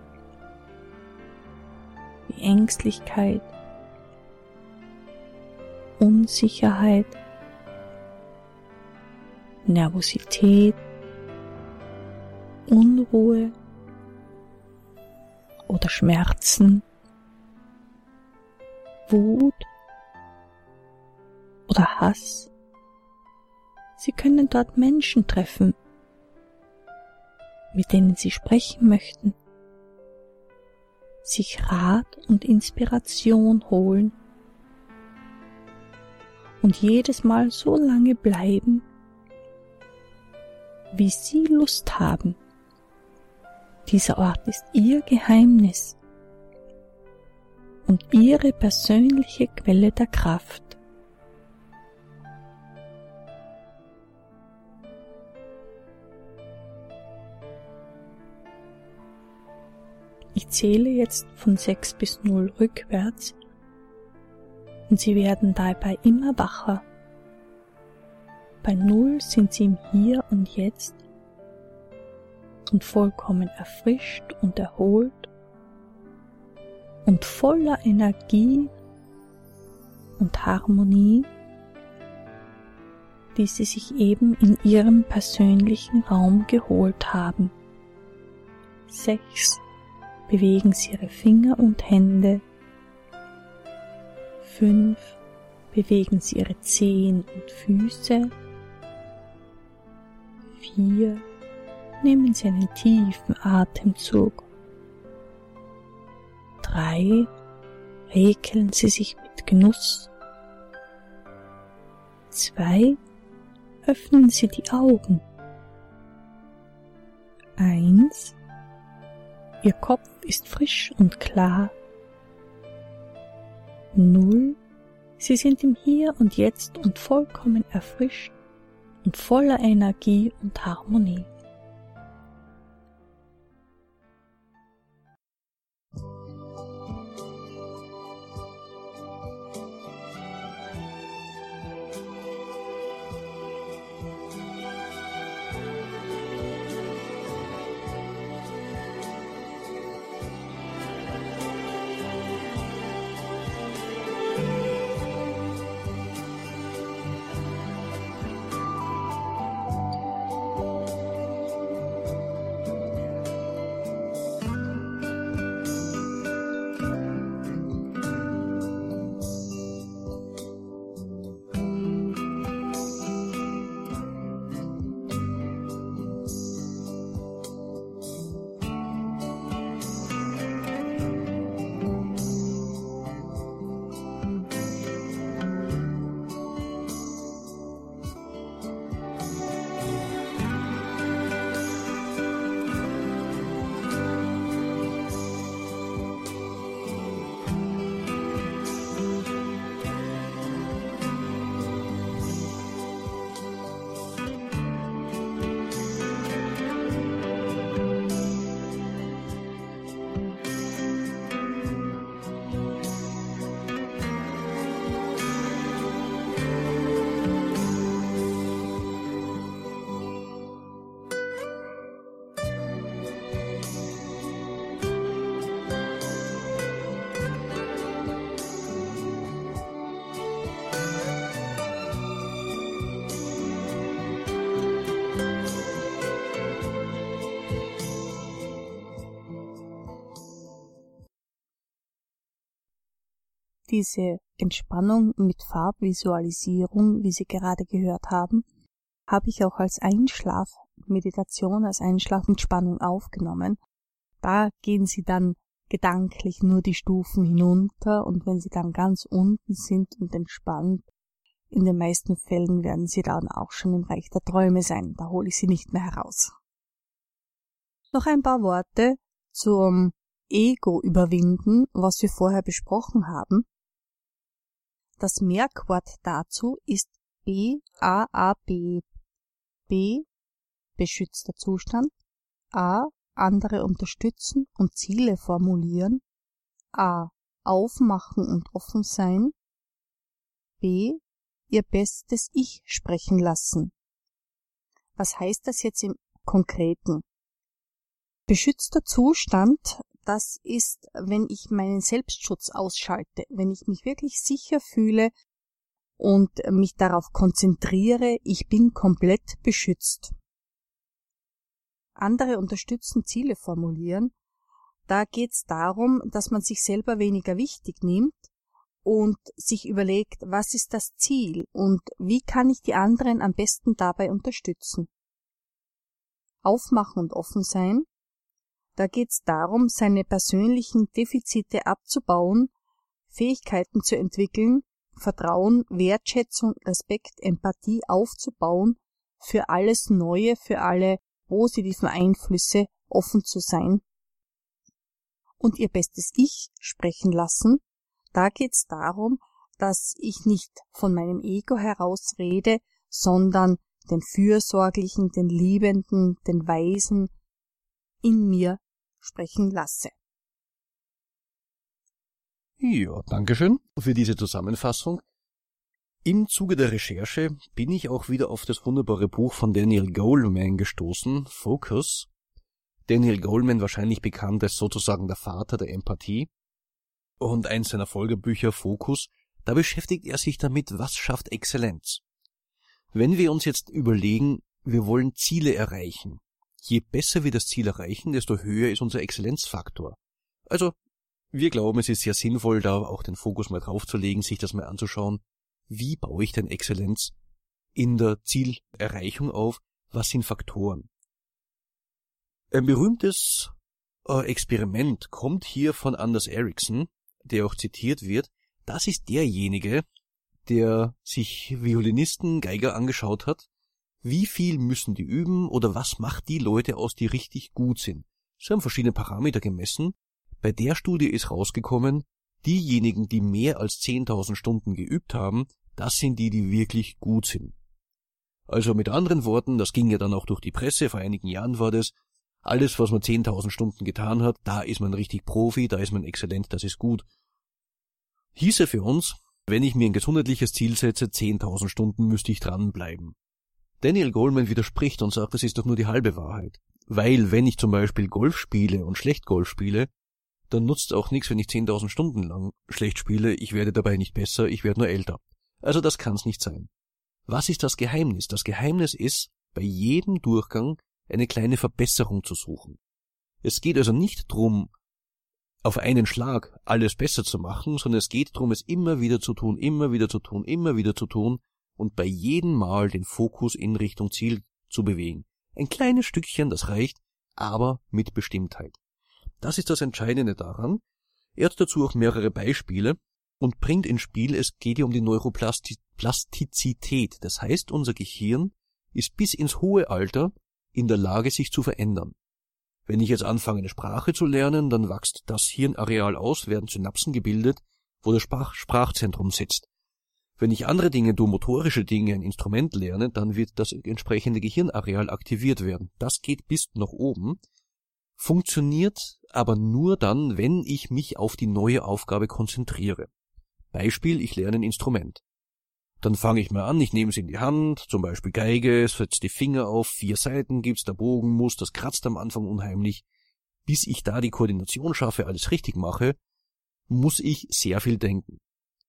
wie Ängstlichkeit, Unsicherheit, Nervosität, Unruhe oder Schmerzen, Wut oder Hass. Sie können dort Menschen treffen, mit denen Sie sprechen möchten, sich Rat und Inspiration holen und jedes Mal so lange bleiben, wie Sie Lust haben. Dieser Ort ist Ihr Geheimnis und Ihre persönliche Quelle der Kraft. Ich zähle jetzt von 6 bis 0 rückwärts und Sie werden dabei immer wacher. Bei 0 sind Sie im Hier und Jetzt und vollkommen erfrischt und erholt und voller Energie und Harmonie, die Sie sich eben in Ihrem persönlichen Raum geholt haben. 6. Bewegen Sie Ihre Finger und Hände. 5. Bewegen Sie Ihre Zehen und Füße. 4. Nehmen Sie einen tiefen Atemzug. 3. Räkeln Sie sich mit Genuss. 2. Öffnen Sie die Augen. 1. Ihr Kopf ist frisch und klar. 0. Sie sind im Hier und Jetzt und vollkommen erfrischt und voller Energie und Harmonie. diese Entspannung mit Farbvisualisierung, wie Sie gerade gehört haben, habe ich auch als Einschlafmeditation, als Einschlafentspannung aufgenommen. Da gehen Sie dann gedanklich nur die Stufen hinunter und wenn Sie dann ganz unten sind und entspannt, in den meisten Fällen werden Sie dann auch schon im Reich der Träume sein. Da hole ich Sie nicht mehr heraus. Noch ein paar Worte zum Ego überwinden, was wir vorher besprochen haben. Das Merkwort dazu ist BAAB. B, beschützter Zustand. A, andere unterstützen und Ziele formulieren. A, aufmachen und offen sein. B, ihr bestes Ich sprechen lassen. Was heißt das jetzt im Konkreten? Beschützter Zustand, das ist, wenn ich meinen Selbstschutz ausschalte, wenn ich mich wirklich sicher fühle und mich darauf konzentriere, ich bin komplett beschützt. Andere unterstützen, Ziele formulieren. Da geht es darum, dass man sich selber weniger wichtig nimmt und sich überlegt, was ist das Ziel und wie kann ich die anderen am besten dabei unterstützen. Aufmachen und offen sein. Da geht es darum, seine persönlichen Defizite abzubauen, Fähigkeiten zu entwickeln, Vertrauen, Wertschätzung, Respekt, Empathie aufzubauen, für alles Neue, für alle positiven Einflüsse offen zu sein und ihr bestes Ich sprechen lassen. Da geht es darum, dass ich nicht von meinem Ego heraus rede, sondern den Fürsorglichen, den Liebenden, den Weisen in mir sprechen lasse. Ja, Dankeschön für diese Zusammenfassung. Im Zuge der Recherche bin ich auch wieder auf das wunderbare Buch von Daniel Goleman gestoßen, Focus. Daniel Goleman, wahrscheinlich bekannt als sozusagen der Vater der Empathie. Und eins seiner Folgebücher, Focus, da beschäftigt er sich damit, was schafft Exzellenz. Wenn wir uns jetzt überlegen, wir wollen Ziele erreichen. Je besser wir das Ziel erreichen, desto höher ist unser Exzellenzfaktor. Also, wir glauben, es ist sehr sinnvoll, da auch den Fokus mal draufzulegen, sich das mal anzuschauen. Wie baue ich denn Exzellenz in der Zielerreichung auf? Was sind Faktoren? Ein berühmtes Experiment kommt hier von Anders Ericsson, der auch zitiert wird. Das ist derjenige, der sich Violinisten, Geiger angeschaut hat. Wie viel müssen die üben oder was macht die Leute aus, die richtig gut sind? Sie haben verschiedene Parameter gemessen. Bei der Studie ist rausgekommen, diejenigen, die mehr als 10.000 Stunden geübt haben, das sind die, die wirklich gut sind. Also mit anderen Worten, das ging ja dann auch durch die Presse, vor einigen Jahren war das, alles, was man 10.000 Stunden getan hat, da ist man richtig Profi, da ist man exzellent, das ist gut. Hieße für uns, wenn ich mir ein gesundheitliches Ziel setze, 10.000 Stunden müsste ich dranbleiben. Daniel Goleman widerspricht und sagt, das ist doch nur die halbe Wahrheit. Weil, wenn ich zum Beispiel Golf spiele und schlecht Golf spiele, dann nutzt auch nichts, wenn ich 10.000 Stunden lang schlecht spiele, ich werde dabei nicht besser, ich werde nur älter. Also das kann's nicht sein. Was ist das Geheimnis? Das Geheimnis ist, bei jedem Durchgang eine kleine Verbesserung zu suchen. Es geht also nicht drum, auf einen Schlag alles besser zu machen, sondern es geht drum, es immer wieder zu tun, immer wieder zu tun, immer wieder zu tun und bei jedem Mal den Fokus in Richtung Ziel zu bewegen. Ein kleines Stückchen, das reicht, aber mit Bestimmtheit. Das ist das Entscheidende daran. Er hat dazu auch mehrere Beispiele und bringt ins Spiel, es geht ja um die Neuroplastizität. Das heißt, unser Gehirn ist bis ins hohe Alter in der Lage, sich zu verändern. Wenn ich jetzt anfange, eine Sprache zu lernen, dann wächst das Hirnareal aus, werden Synapsen gebildet, wo das Sprachzentrum sitzt. Wenn ich andere Dinge, motorische Dinge, ein Instrument lerne, dann wird das entsprechende Gehirnareal aktiviert werden. Das geht bis nach oben, funktioniert aber nur dann, wenn ich mich auf die neue Aufgabe konzentriere. Beispiel, ich lerne ein Instrument. Dann fange ich mal an, ich nehme es in die Hand, zum Beispiel Geige, setze die Finger auf, 4 Saiten gibt's, der Bogen muss, das kratzt am Anfang unheimlich. Bis ich da die Koordination schaffe, alles richtig mache, muss ich sehr viel denken.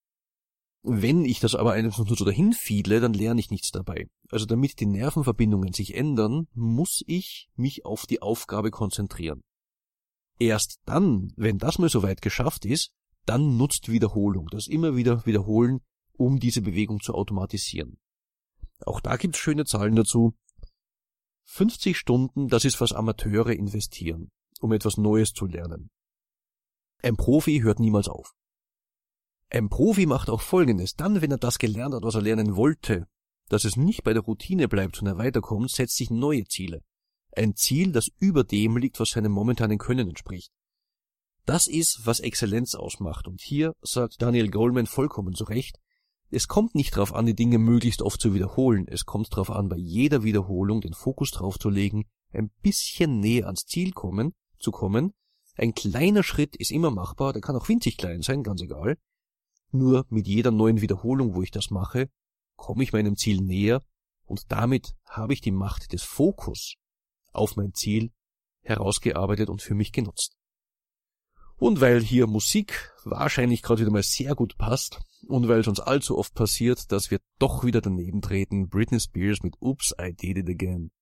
Wenn ich das aber einfach nur so dahin fiedle, dann lerne ich nichts dabei. Also damit die Nervenverbindungen sich ändern, muss ich mich auf die Aufgabe konzentrieren. Erst dann, wenn das mal so weit geschafft ist, dann nutzt Wiederholung, das immer wieder wiederholen, um diese Bewegung zu automatisieren. Auch da gibt's schöne Zahlen dazu. 50 Stunden, das ist, was Amateure investieren, um etwas Neues zu lernen. Ein Profi hört niemals auf. Ein Profi macht auch Folgendes: Dann, wenn er das gelernt hat, was er lernen wollte, dass es nicht bei der Routine bleibt, sondern weiterkommt, setzt sich neue Ziele. Ein Ziel, das über dem liegt, was seinem momentanen Können entspricht. Das ist, was Exzellenz ausmacht. Und hier sagt Daniel Goleman vollkommen zu Recht, es kommt nicht darauf an, die Dinge möglichst oft zu wiederholen. Es kommt darauf an, bei jeder Wiederholung den Fokus drauf zu legen, ein bisschen näher ans Ziel zu kommen. Ein kleiner Schritt ist immer machbar, der kann auch winzig klein sein, ganz egal. Nur mit jeder neuen Wiederholung, wo ich das mache, komme ich meinem Ziel näher und damit habe ich die Macht des Fokus auf mein Ziel herausgearbeitet und für mich genutzt. Und weil hier Musik wahrscheinlich gerade wieder mal sehr gut passt und weil es uns allzu oft passiert, dass wir doch wieder daneben treten, Britney Spears mit Oops, I Did It Again.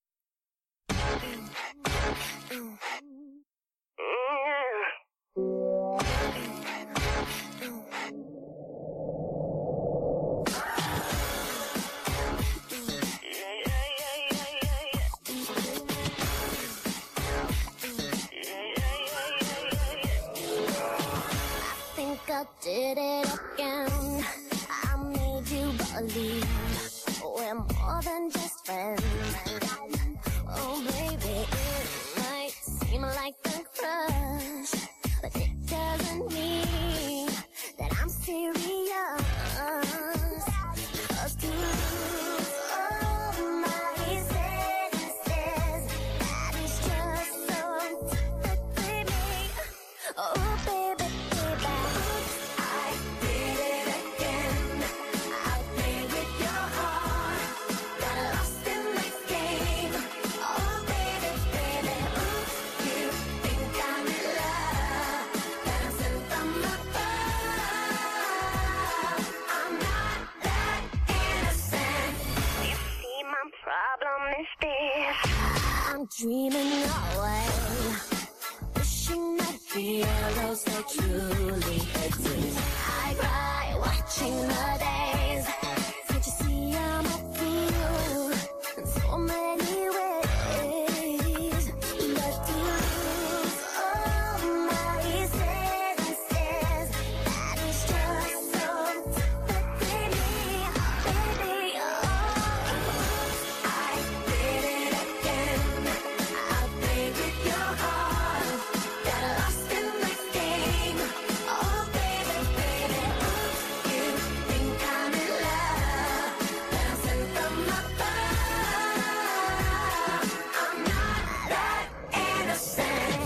I did it again. I made you believe we're more than just friends. Oh baby, it might seem like a crush, but it doesn't mean that I'm serious. 'Cause to lose all my senses, that is just so typically me. Oh baby. I'm dreaming away, wishing that feelings that truly exist. I cry watching the days. Can't you see I'm a fool in so many ways? But to lose all my senses, that is just so typically me, baby. Oh, I did it again. I played with your heart, got lost in the game. Oh baby, baby, you think I'm in love, bouncing from above. I'm not that innocent.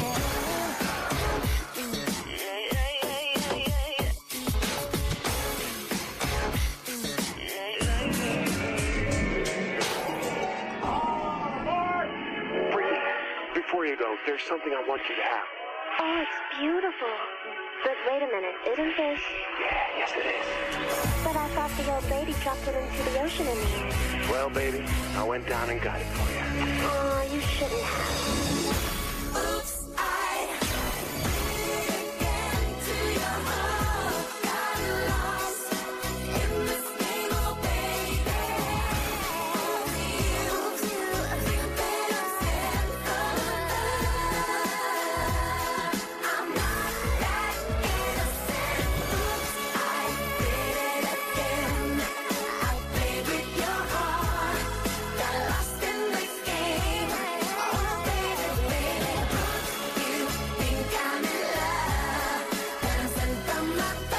Before you go, there's something I want you to have. Oh, it's beautiful. But wait a minute, isn't this? Yeah, yes it is. But I thought the old lady dropped it into the ocean in the end. Well, baby, I went down and got it for you. Oh, you shouldn't have. Oops, I did it again to your heart. Got lost in this game, oh baby. You better stand for love. I'm not that innocent. Oops, I did it again. I played with your heart. Got lost in this game. Oh baby, baby, you think I'm in love, dancing from above.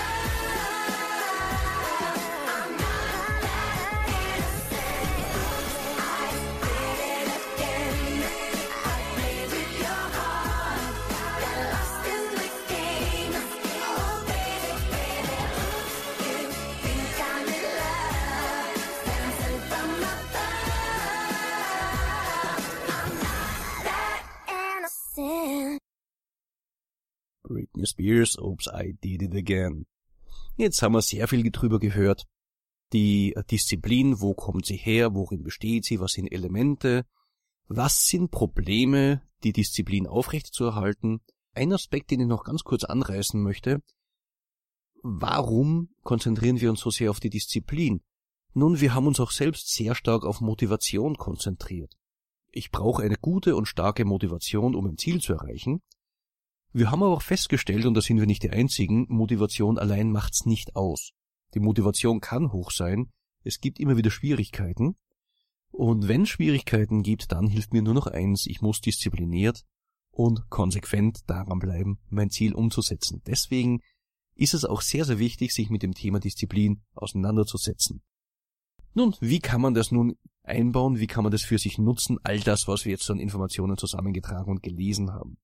I'm not that innocent. I did it again. I played with your heart. Got lost in this game. Oh baby, baby, you think I'm in love, dancing from above. I'm not that innocent. Britney Spears, Oops, I Did It Again. Jetzt haben wir sehr viel drüber gehört. Die Disziplin, wo kommt sie her, worin besteht sie, was sind Elemente, was sind Probleme, die Disziplin aufrechtzuerhalten. Ein Aspekt, den ich noch ganz kurz anreißen möchte, warum konzentrieren wir uns so sehr auf die Disziplin? Nun, wir haben uns auch selbst sehr stark auf Motivation konzentriert. Ich brauche eine gute und starke Motivation, um ein Ziel zu erreichen. Wir haben aber auch festgestellt, und da sind wir nicht die Einzigen, Motivation allein macht's nicht aus. Die Motivation kann hoch sein, es gibt immer wieder Schwierigkeiten. Und wenn es Schwierigkeiten gibt, dann hilft mir nur noch eins, ich muss diszipliniert und konsequent daran bleiben, mein Ziel umzusetzen. Deswegen ist es auch sehr, sehr wichtig, sich mit dem Thema Disziplin auseinanderzusetzen. Nun, wie kann man das nun einbauen? Wie kann man das für sich nutzen? All das, was wir jetzt an Informationen zusammengetragen und gelesen haben.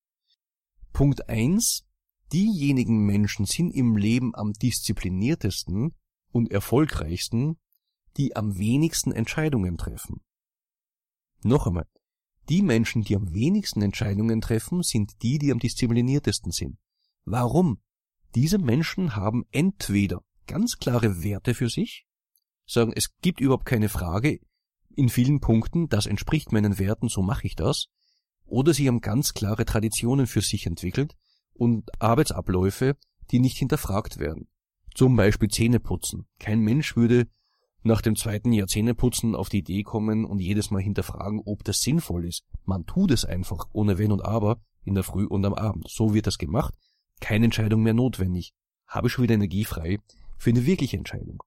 Punkt 1. Diejenigen Menschen sind im Leben am diszipliniertesten und erfolgreichsten, die am wenigsten Entscheidungen treffen. Noch einmal. Die Menschen, die am wenigsten Entscheidungen treffen, sind die, die am diszipliniertesten sind. Warum? Diese Menschen haben entweder ganz klare Werte für sich, sagen, es gibt überhaupt keine Frage, in vielen Punkten, das entspricht meinen Werten, so mache ich das, oder sie haben ganz klare Traditionen für sich entwickelt und Arbeitsabläufe, die nicht hinterfragt werden. Zum Beispiel Zähneputzen. Kein Mensch würde nach dem 2. Jahr Zähneputzen auf die Idee kommen und jedes Mal hinterfragen, ob das sinnvoll ist. Man tut es einfach, ohne Wenn und Aber, in der Früh und am Abend. So wird das gemacht, keine Entscheidung mehr notwendig. Habe schon wieder Energie frei für eine wirkliche Entscheidung.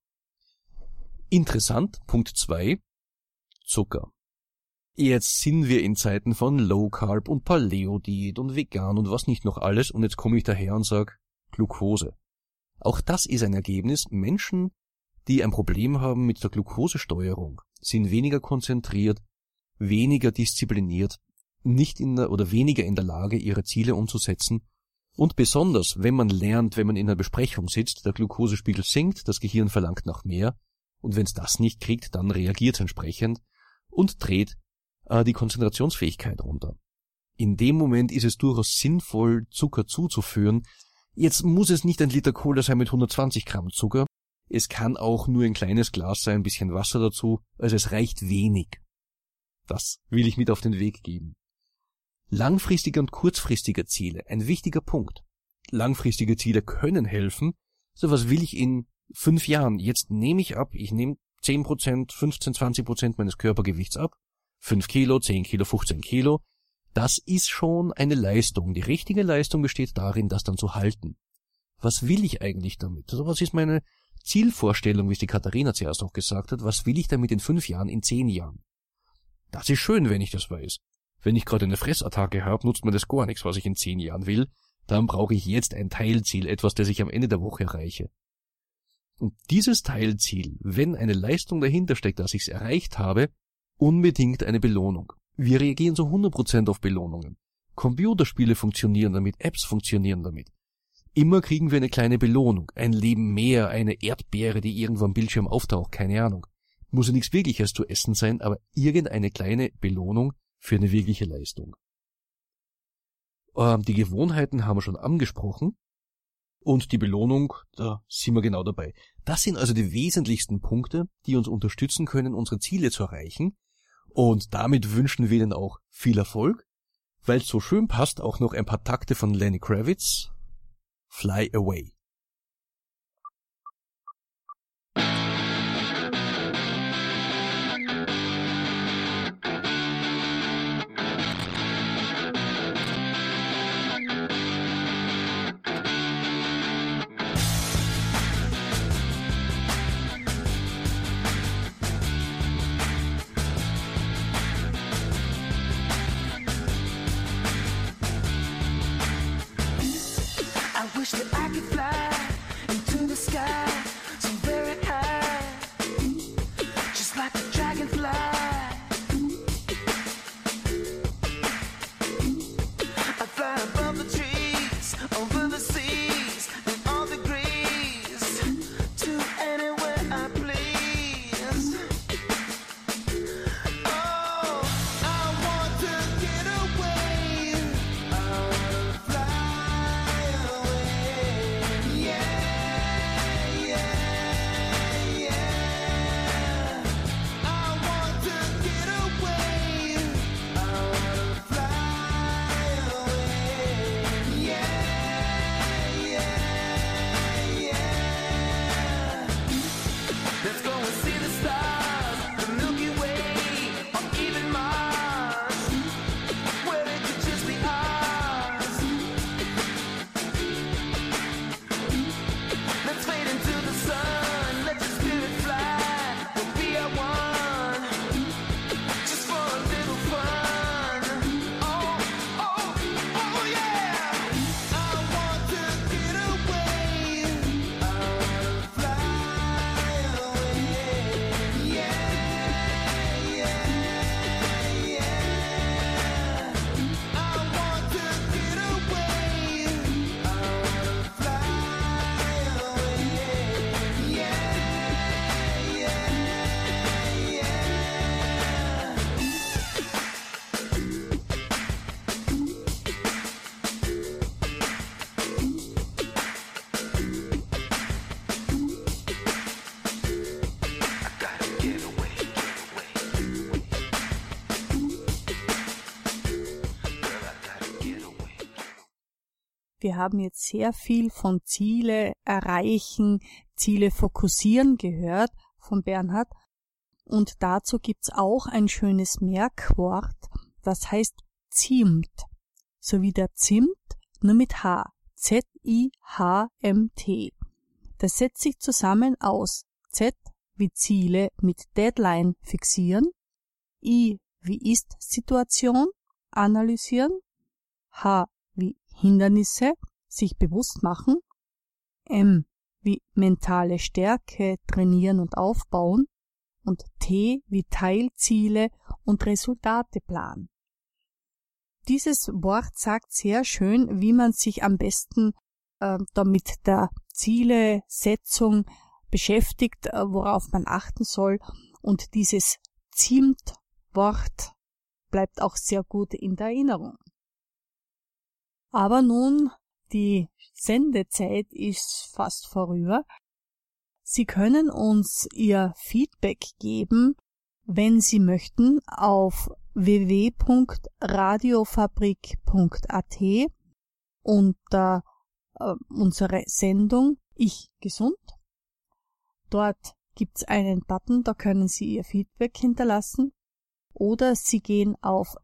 Interessant, Punkt 2, Zucker. Jetzt sind wir in Zeiten von Low Carb und Paleo-Diät und Vegan und was nicht noch alles und jetzt komme ich daher und sage Glucose. Auch das ist ein Ergebnis. Menschen, die ein Problem haben mit der Glukosesteuerung, sind weniger konzentriert, weniger diszipliniert, weniger in der Lage, ihre Ziele umzusetzen. Und besonders, wenn man lernt, wenn man in einer Besprechung sitzt, der Glukosespiegel sinkt, das Gehirn verlangt nach mehr und wenn es das nicht kriegt, dann reagiert es entsprechend und dreht die Konzentrationsfähigkeit runter. In dem Moment ist es durchaus sinnvoll, Zucker zuzuführen. Jetzt muss es nicht ein Liter Cola sein mit 120 Gramm Zucker. Es kann auch nur ein kleines Glas sein, ein bisschen Wasser dazu. Also es reicht wenig. Das will ich mit auf den Weg geben. Langfristige und kurzfristige Ziele, ein wichtiger Punkt. Langfristige Ziele können helfen. So, was will ich in 5 Jahren? Jetzt nehme ich ab, ich nehme 10%, 15, 20% meines Körpergewichts ab. 5 Kilo, 10 Kilo, 15 Kilo. Das ist schon eine Leistung. Die richtige Leistung besteht darin, das dann zu halten. Was will ich eigentlich damit? Also was ist meine Zielvorstellung, wie es die Katharina zuerst auch gesagt hat? Was will ich damit in 5 Jahren, in 10 Jahren? Das ist schön, wenn ich das weiß. Wenn ich gerade eine Fressattacke habe, nutzt mir das gar nichts, was ich in 10 Jahren will. Dann brauche ich jetzt ein Teilziel, etwas, das ich am Ende der Woche erreiche. Und dieses Teilziel, wenn eine Leistung dahinter steckt, dass ich es erreicht habe, unbedingt eine Belohnung. Wir reagieren so 100% auf Belohnungen. Computerspiele funktionieren damit, Apps funktionieren damit. Immer kriegen wir eine kleine Belohnung, ein Leben mehr, eine Erdbeere, die irgendwo am Bildschirm auftaucht, keine Ahnung. Muss ja nichts Wirkliches zu essen sein, aber irgendeine kleine Belohnung für eine wirkliche Leistung. Die Gewohnheiten haben wir schon angesprochen und die Belohnung, da sind wir genau dabei. Das sind also die wesentlichsten Punkte, die uns unterstützen können, unsere Ziele zu erreichen. Und damit wünschen wir Ihnen auch viel Erfolg, weil es so schön passt, auch noch ein paar Takte von Lenny Kravitz, Fly Away. I wish that I could fly wir haben jetzt sehr viel von Ziele erreichen, Ziele fokussieren gehört von Bernhard. Und dazu gibt's auch ein schönes Merkwort, das heißt Zimt. So wie der Zimt, nur mit H. Z-I-H-M-T. Das setzt sich zusammen aus Z wie Ziele mit Deadline fixieren, I wie Ist-Situation analysieren, H wie Hindernisse sich bewusst machen, M wie mentale Stärke trainieren und aufbauen und T wie Teilziele und Resultate planen. Dieses Wort sagt sehr schön, wie man sich am besten mit der Zielesetzung beschäftigt, worauf man achten soll. Und dieses Zimt-Wort bleibt auch sehr gut in der Erinnerung. Aber nun, die Sendezeit ist fast vorüber. Sie können uns Ihr Feedback geben, wenn Sie möchten, auf www.radiofabrik.at unter unsere Sendung Ich Gesund. Dort gibt's einen Button, da können Sie Ihr Feedback hinterlassen. Oder Sie gehen auf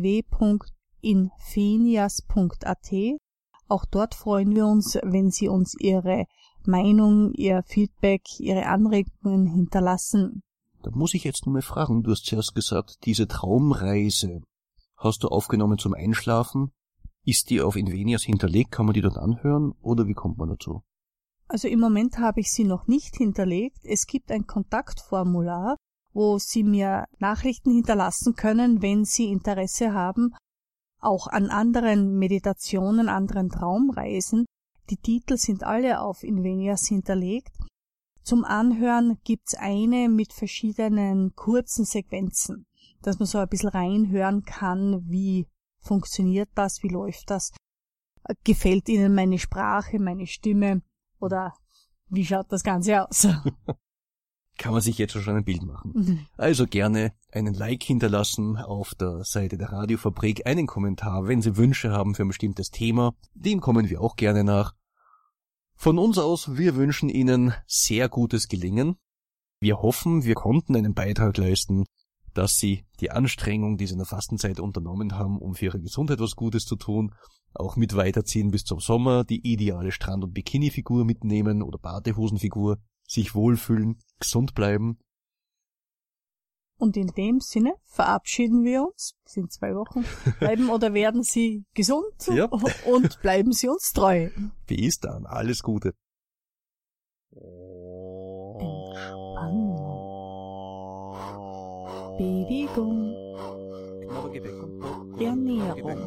www.infenias.at. Auch dort freuen wir uns, wenn Sie uns Ihre Meinung, Ihr Feedback, Ihre Anregungen hinterlassen. Da muss ich jetzt nur mal fragen, du hast zuerst gesagt, diese Traumreise hast du aufgenommen zum Einschlafen. Ist die auf Infenias hinterlegt? Kann man die dort anhören oder wie kommt man dazu? Also im Moment habe ich sie noch nicht hinterlegt. Es gibt ein Kontaktformular, wo Sie mir Nachrichten hinterlassen können, wenn Sie Interesse haben, auch an anderen Meditationen, anderen Traumreisen. Die Titel sind alle auf Infenias hinterlegt. Zum Anhören gibt's eine mit verschiedenen kurzen Sequenzen, dass man so ein bisschen reinhören kann, wie funktioniert das, wie läuft das, gefällt Ihnen meine Sprache, meine Stimme oder wie schaut das Ganze aus? Kann man sich jetzt schon ein Bild machen. Also gerne einen Like hinterlassen auf der Seite der Radiofabrik, einen Kommentar, wenn Sie Wünsche haben für ein bestimmtes Thema, dem kommen wir auch gerne nach. Von uns aus, wir wünschen Ihnen sehr gutes Gelingen. Wir hoffen, wir konnten einen Beitrag leisten, dass Sie die Anstrengung, die Sie in der Fastenzeit unternommen haben, um für Ihre Gesundheit was Gutes zu tun, auch mit weiterziehen bis zum Sommer, die ideale Strand- und Bikini-Figur mitnehmen oder Badehosenfigur, sich wohlfühlen, gesund bleiben. Und in dem Sinne verabschieden wir uns. Bis in 2 Wochen. Bleiben oder werden Sie gesund Ja. und bleiben Sie uns treu. Bis dann, alles Gute. Bewegung, Ernährung,